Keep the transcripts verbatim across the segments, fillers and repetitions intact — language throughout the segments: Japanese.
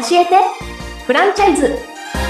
教えてフランチャイズ。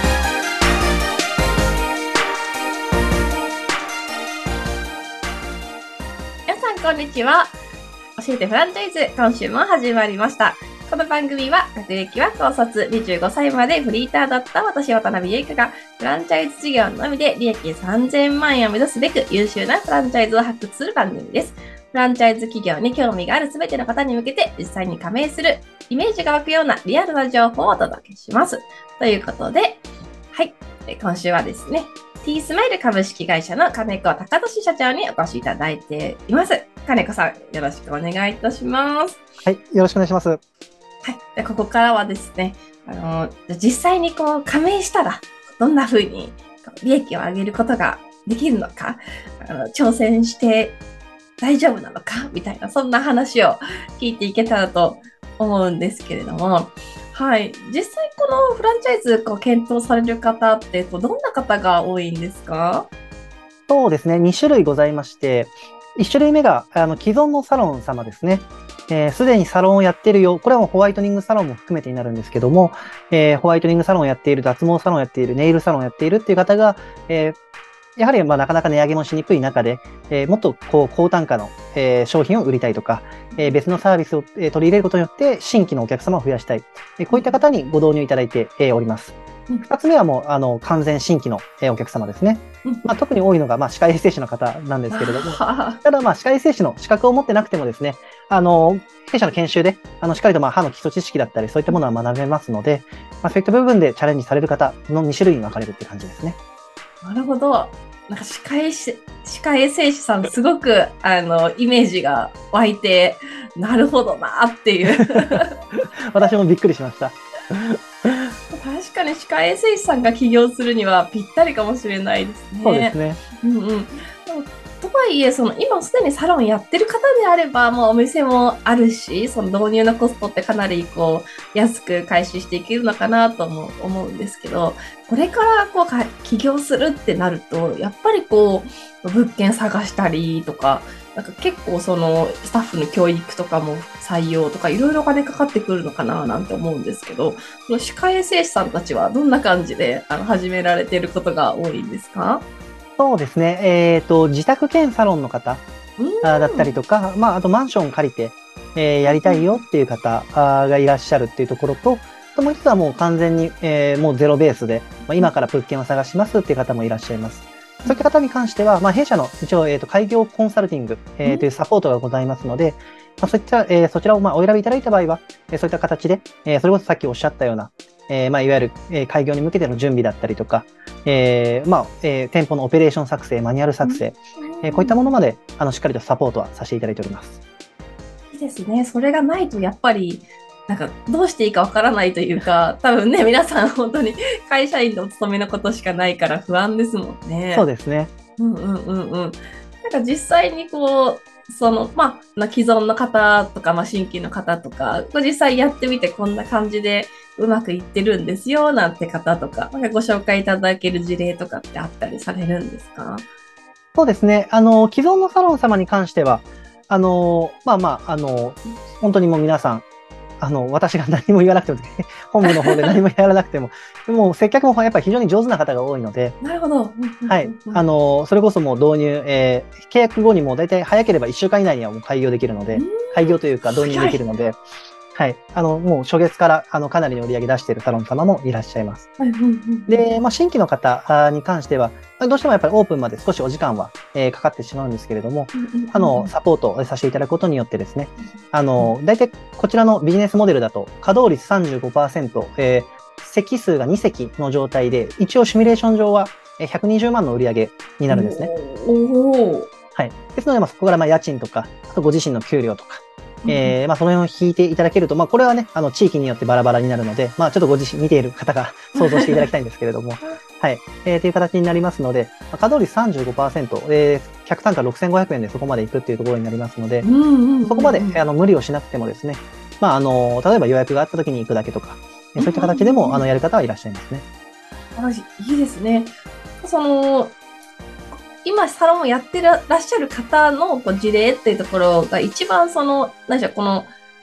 皆さんこんにちは。教えてフランチャイズ、今週も始まりました。この番組は学歴は高卒、にじゅうごさいまでフリーターだった私渡辺優香がフランチャイズ事業のみで利益さんぜんまんえんを目指すべく優秀なフランチャイズを発掘する番組です。フランチャイズ企業に興味があるすべての方に向けて実際に加盟するイメージが湧くようなリアルな情報をお届けします。ということで、はい、今週はですね、T スマイル株式会社の金子貴俊社長にお越しいただいています。金子さん、よろしくお願いいたします。 はい、よろしくお願いします。 はい、でここからはですね、あの実際にこう加盟したらどんな風に利益を上げることができるのか、あの挑戦して大丈夫なのかみたいな、そんな話を聞いていけたらと思うんですけれども、はい、実際このフランチャイズこう検討される方ってこうどんな方が多いんですか？ そうですね、に種類ございまして、いち種類目があの既存のサロン様ですね。す、えー、で、にサロンをやっているよ。これはもうホワイトニングサロンも含めてになるんですけども、えー、ホワイトニングサロンをやっている、脱毛サロンをやっている、ネイルサロンをやっているっていう方が、えーやはりまあなかなか値上げもしにくい中で、えー、もっとこう高単価の、えー、商品を売りたいとか、えー、別のサービスを、えー、取り入れることによって新規のお客様を増やしたい。えー、こういった方にご導入いただいて、えー、おります。二つ目はもうあの完全新規の、えー、お客様ですね。まあ、特に多いのが、まあ、歯科衛生士の方なんですけれども、ただ、まあ、歯科衛生士の資格を持ってなくてもですね、あの、弊社の研修で、あの、しっかりと、まあ、歯の基礎知識だったり、そういったものは学べますので、まあ、そういった部分でチャレンジされる方のに種類に分かれるって感じですね。 なるほど。なんか歯科衛生歯科衛生士さん、すごく、あの、イメージが湧いて、なるほどなっていう。 私もびっくりしました。 確かに歯科衛生士さんが起業するにはぴったりかもしれないですね。 そうですね。 うんうん。でもとはいえ、その今すでにサロンやってる方であれば、もうお店もあるし、その導入のコストってかなりこう安く開始していけるのかなとも思うんですけど、これからこうか起業するってなると、やっぱりこう物件探したりとか、なんか結構そのスタッフの教育とかも採用とかいろいろお金かかってくるのかななんて思うんですけど、その歯科衛生士さんたちはどんな感じであの始められていることが多いんですか？ そうですね。えっと、自宅兼サロンの方だったりとか、まあ、あとマンション借りて、えー、やりたいよっていう方がいらっしゃるっていうところと、あともう一つはもう完全に、えー、もうゼロベースで、まあ、今から物件を探しますっていう方もいらっしゃいます。そういった方に関しては、まあ、弊社の一応、えーと、開業コンサルティング、えー、というサポートがございますので、まあ、そういった、えー、そちらをまあお選びいただいた場合は、えー、そういった形で、えー、それこそさっきおっしゃったような、えーまあ、いわゆる、えー、開業に向けての準備だったりとか、えーまあえー、店舗のオペレーション作成、マニュアル作成、えー、こういったものまであのしっかりとサポートはさせていただいております。 いいですね。それがないとやっぱりなんかどうしていいかわからないというか、多分ね、皆さん本当に会社員のお勤めのことしかないから不安ですもんね。 そうですね。 うんうんうんうん。なんか実際にこう、その、まあ、既存の方とか、まあ、新規の方とか、実際やってみてこんな感じでうまくいってるんですよ、なんて方とか、なんかご紹介いただける事例とかってあったりされるんですか？ そうですね。あの、既存のサロン様に関しては、あの、まあまあ、あの、本当にもう皆さん、あの、私が何も言わなくても、本部の方で何もやらなくても、もう接客もやっぱり非常に上手な方が多いので、 なるほど。 はい。あの、それこそもう導入、えー、契約後にもう大体早ければいっしゅうかん以内にはもう開業できるので、開業というか導入できるので、はい。あの、もう初月からあのかなりの売り上げ出しているサロン様もいらっしゃいます。で、まあ、新規の方に関しては、どうしてもやっぱりオープンまで少しお時間は、えー、かかってしまうんですけれども、あの、サポートをさせていただくことによってですね、あの、大体こちらのビジネスモデルだと、稼働率 さんじゅうごパーセント、えー、席数がに席の状態で、一応シミュレーション上はひゃくにじゅうまんの売り上げになるんですね。はい。ですので、まあ、そこからまあ家賃とか、あとご自身の給料とか、えー、まあその辺を引いていただけると、まあこれはね、あの地域によってバラバラになるので、まあちょっとご自身見ている方が想像していただきたいんですけれども、はい、えー、という形になりますので、まあ、稼働率 さんじゅうごパーセント、えー、ひゃく単価ろくせんごひゃくえんでそこまでいくっていうところになりますので、そこまであの無理をしなくてもですね、まああの、例えば予約があった時に行くだけとか、そういった形でもあのやる方はいらっしゃいますね。 いいですね。その今サロンをやってらっしゃる方のこう事例っていうところが一番その何でしょう、この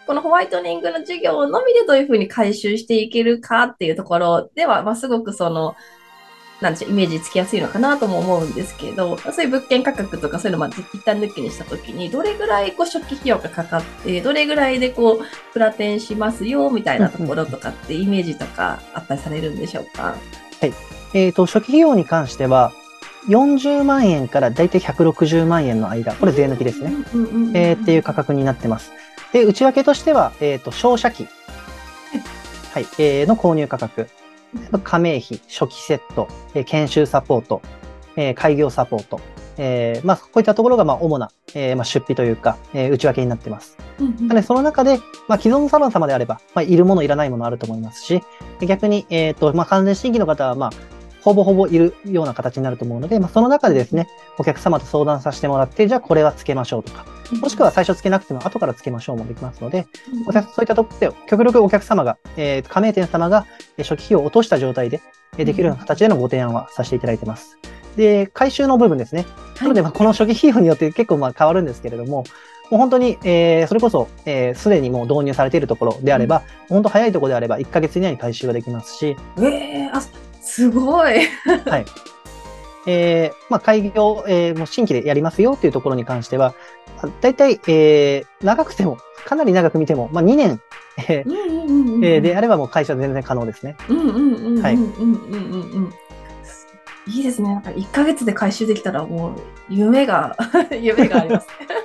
このホワイトニングの授業のみでどういうふうに回収していけるかっていうところでは、まあ、すごくその、なんでしょう、イメージつきやすいのかなとも思うんですけど、そういう物件価格とかそういうのをまあ一旦抜きにしたときに、どれぐらいこう初期費用がかかって、どれぐらいでこう、プラテンしますよみたいなところとかってイメージとかあったりされるんでしょうか？ はい。えっと、初期費用に関しては、よんじゅうまんえんからだいたいひゃくろくじゅうまんえんの間、これ税抜きですね。えーっていう価格になってます。で、内訳としては、えっと、照射機、はい、えーの購入価格、加盟費、初期セット、えー研修サポート、えー開業サポート、えーまあ、こういったところが、まあ、主な、えーまあ、出費というか、えー内訳になってます。なので、その中で、まあ、既存のサロン様であれば、まあ、いるもの、いらないものあると思いますし、逆に、えっと、まあ、完全新規の方は、まあ、ほぼほぼいるような形になると思うので、まあ、その中でですね、お客様と相談させてもらって、じゃあこれはつけましょうとか、もしくは最初つけなくても後からつけましょうもできますので、お客そういったところで、極力お客様が、えー加盟店様がえー初期費用を落とした状態で、えーできるような形でのご提案はさせていただいてます。で、回収の部分ですね。なので、まあこの初期費用によって結構まあ変わるんですけれども、もう本当に、えーそれこそ、えーすでにもう導入されているところであれば、本当早いところであればいっかげつ以内に回収ができますし、 ええー、あ、すごい。 はい。えーまあ、開業、えーもう新規でやりますよっていうところに関しては、だいたい、えー長くても、かなり長く見ても、まあ、にねん、えーえーであればもう会社全然可能ですね。 うんうんうんうんうんうんはいうんうんいいですね。なんかいっかげつで回収できたらもう夢が夢があります。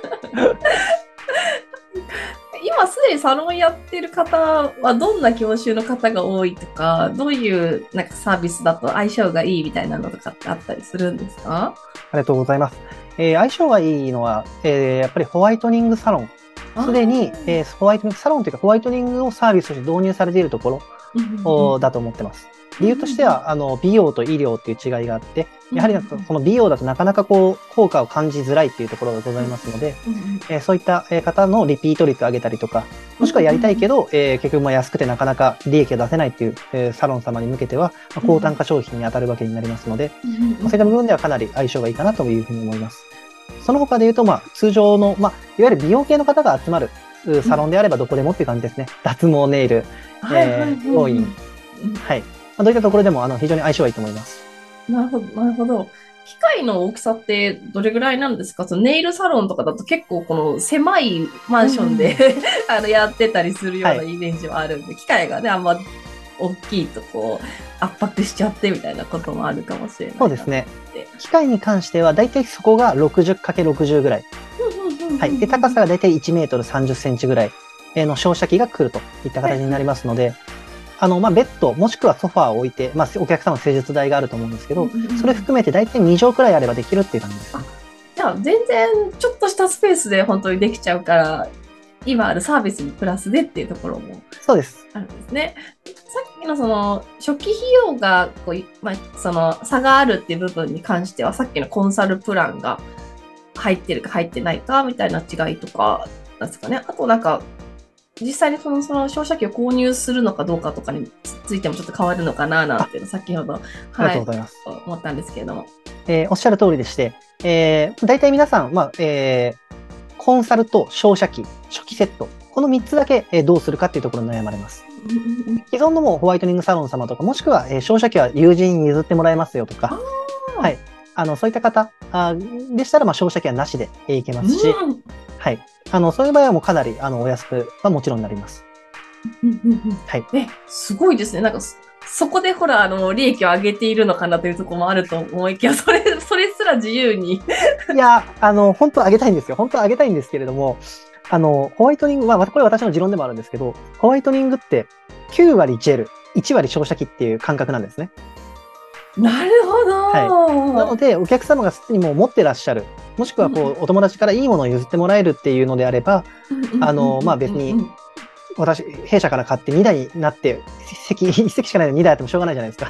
今すでにサロンやってる方はどんな業種の方が多いとか、どういうなんかサービスだと相性がいいみたいなのとかってあったりするんですか？ ありがとうございます。えー相性がいいのは、えーやっぱりホワイトニングサロン。すでに、えーホワイトニングサロンというか、ホワイトニングをサービスとして導入されているところおだと思ってます。理由としては、あの、美容と医療っていう違いがあって、やはりなんかその美容だとなかなかこう、効果を感じづらいっていうところがございますので、えーそういったえー方のリピート率を上げたりとか、もしくはやりたいけど、えー結局まあ安くてなかなか利益を出せないっていう、えーサロン様に向けては、まあ高単価商品に当たるわけになりますので、まあそういった部分ではかなり相性がいいかなというふうに思います。その他で言うと、まあ、通常の、まあ、いわゆる美容系の方が集まるうサロンであればどこでもっていう感じですね。脱毛、ネイル、えー美容院、はい。まあ、どういったところでもあの非常に相性がいいと思います。 なるほど、なるほど。機械の大きさってどれぐらいなんですか？そのネイルサロンとかだと結構この狭いマンションで、うん、あのやってたりするようなイメージはあるんで、はい、機械がね、あんま大きいとこう圧迫しちゃってみたいなこともあるかもしれない。 そうですね。機械に関してはだいたいそこが ろくじゅうかけるろくじゅう ぐらい。はい。で、高さがだいたいいちメートルさんじゅっセンチぐらいの照射機が来るといった形になりますので、はい、あの、まあ、ベッド、もしくはソファーを置いて、まあ、お客様の施術台があると思うんですけど、それ含めて大体にじょうくらいあればできるっていう感じです。 じゃあ、全然ちょっとしたスペースで本当にできちゃうから、今あるサービスにプラスでっていうところもそうですあるんですね。さっきのその初期費用がこう、まあ、その差があるっていう部分に関しては、さっきのコンサルプランが入ってるか入ってないかみたいな違いとかなんですかね。あとなんか実際にそのその照射機を購入するのかどうかとかについてもちょっと変わるのかななんていうの先ほど、はい、 ありがとうございます。 思ったんですけれども。 えー、おっしゃる通りでして、えー、大体皆さん、まあえー、コンサルと照射機、初期セット、このみっつだけ、えー、どうするかっていうところに悩まれます。既存のもホワイトニングサロン様とか、もしくは、えー、照射機は友人に譲ってもらえますよとか、はい、あのそういった方あでしたら、まあ、照射機はなしでいけますし、うん、はい、あのそういう場合はもうかなりあのお安くはもちろんなります。 はい、えすごいですね。なんかそこでほらあの利益を上げているのかなというところもあると思いきや、それそれすら自由に。 いや、あの本当は上げたいんですよ。本当は上げたいんですけれども、あのホワイトニングは、まあ、これ私の持論でもあるんですけど、ホワイトニングってきゅうわりジェル、いちわり照射機っていう感覚なんですね。 なるほど、 はい、なのでお客様がすでにもう持ってらっしゃる、もしくはこう、うん、お友達からいいものを譲ってもらえるっていうのであれば、あのまあ別に私弊社から買ってにだいになって席いっせきしかないのににだいあってもしょうがないじゃないですか。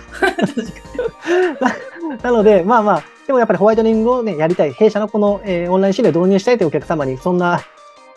なのでまあまあでもやっぱりホワイトニングをねやりたい、弊社のこの、えー、オンライン診療を導入したいというお客様にそんな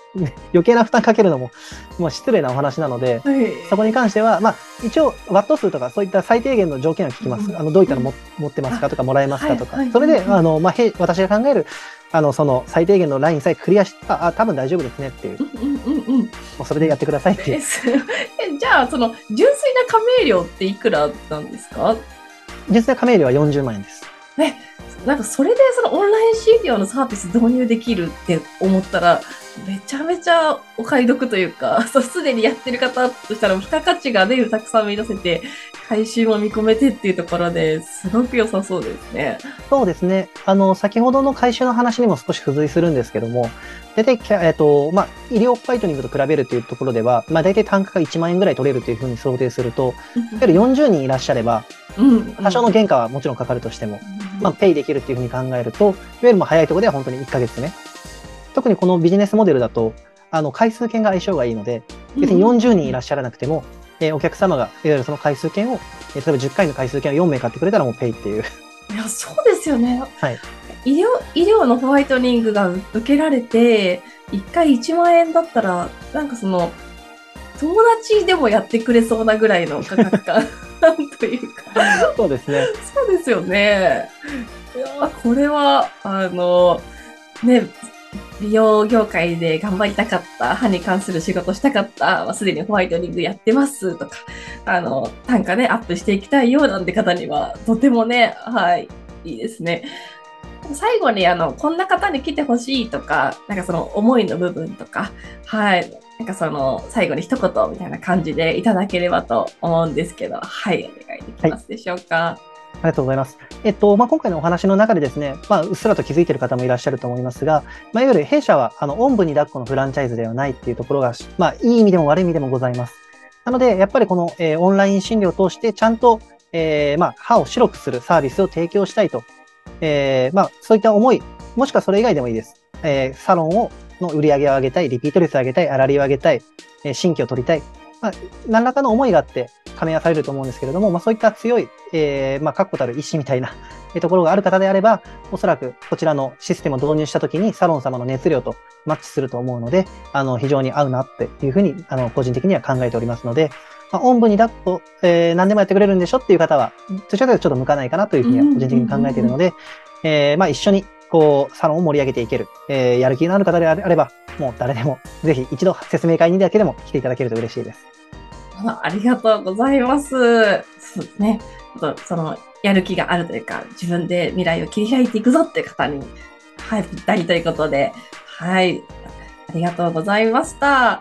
ね、余計な負担かけるのも、もう失礼なお話なので、 はい。 そこに関しては、まあ、一応、ワット数とかそういった最低限の条件は聞きます。 うんあの、どういったのも持ってますかとか、もらえますかとかはいはい。 それで、 うんうんあの、まあ、へ私が考える、あの、その最低限のラインさえクリアしたら、あ、多分大丈夫ですねっていう、 うんうんうんうん。 もうそれでやってくださいっていう。 えすえじゃあ、その、純粋な加盟料っていくらなんですか？ 実際加盟料はよんじゅうまん円です。 え、なんかそれでそのオンライン診療のサービス導入できるって思ったら、めちゃめちゃお買い得というか、そうすでにやってる方としたら付加価値がね、たくさん見出せて、回収も見込めてっていうところですごく良さそうですね。 そうですね。あの、先ほどの回収の話にも少し付随するんですけども、大体、キャえっと、まあ、医療ファイトニングと比べるというところでは、まあ、大体単価がいちまん円ぐらい取れるというふうに想定すると、いわゆるよんじゅうにんいらっしゃれば、 うんうん、 多少の原価はもちろんかかるとしても、まあ、ペイできるっていうふうに考えると、いわゆるまあ早いところでは本当にいっかげつめ。特にこのビジネスモデルだと、あの、回数券が相性がいいので、別によんじゅうにんいらっしゃらなくても、えーお客様が、いわゆるその回数券を、えー例えばじゅっかいの回数券をよんめい買ってくれたらもうペイっていう。 いや、そうですよね。 はい。 医療、医療のホワイトニングが受けられて、いっかいいちまん円だったら、なんかその、友達でもやってくれそうなぐらいの価格感というか。 そうですね。 そうですよね。いやこれは、あの、ね、美容業界で頑張りたかった、歯に関する仕事したかった、まあ、すでにホワイトニングやってますとか、あの、単価ね、アップしていきたいよなんて方には、とてもね、はい、いいですね。最後に、あの、こんな方に来てほしいとか、なんかその思いの部分とか、はい、なんかその、最後に一言みたいな感じでいただければと思うんですけど、はい、お願いできますでしょうか。はい、 ありがとうございます。えっと、まあ、今回のお話の中でですね、まあ、うっすらと気づいている方もいらっしゃると思いますが、まあ、いわゆる弊社は、あの、おんぶに抱っこのフランチャイズではないっていうところが、まあ、いい意味でも悪い意味でもございます。なので、やっぱりこの、えーオンライン診療を通して、ちゃんと、えーまあ、歯を白くするサービスを提供したいと、えーまあ、そういった思い、もしくはそれ以外でもいいです。えーサロンを、の売り上げを上げたい、リピート率を上げたい、粗利を上げたい、えー新規を取りたい、まあ、何らかの思いがあって加盟はされると思うんですけれども、まあ、そういった強い、えーまあ、確固たる意志みたいなところがある方であれば、おそらくこちらのシステムを導入したときにサロン様の熱量とマッチすると思うので、あの非常に合うなっていうふうにあの個人的には考えておりますので、まあ、おんぶに抱っこ、えー、何でもやってくれるんでしょっていう方は、どちらかというとちょっと向かないかなというふうには個人的に考えているので、えーまあ、一緒にこうサロンを盛り上げていける、えー、やる気のある方であれば、もう誰でもぜひ一度説明会にだけでも来ていただけると嬉しいです。 あありがとうございます。そうですね。その、やる気があるというか、自分で未来を切り開いていくぞっていう方に、はい、ぴったりということで、はい、ありがとうございました。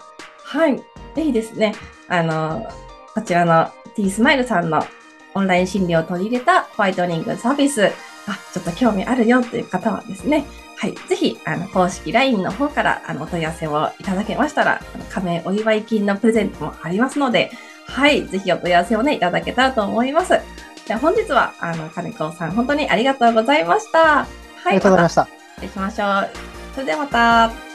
はい、ぜひですね、あの、こちらの T スマイルさんのオンライン診療を取り入れたホワイトニングサービス、あ、ちょっと興味あるよという方はですね、はい。ぜひ、あの、公式 ライン の方から、あの、お問い合わせをいただけましたら、あの加盟お祝い金のプレゼントもありますので、はい。ぜひお問い合わせをね、いただけたらと思います。では本日は、あの、金子さん、本当にありがとうございました。はい。 ありがとうございました。 またお会いしましょう。それではまた。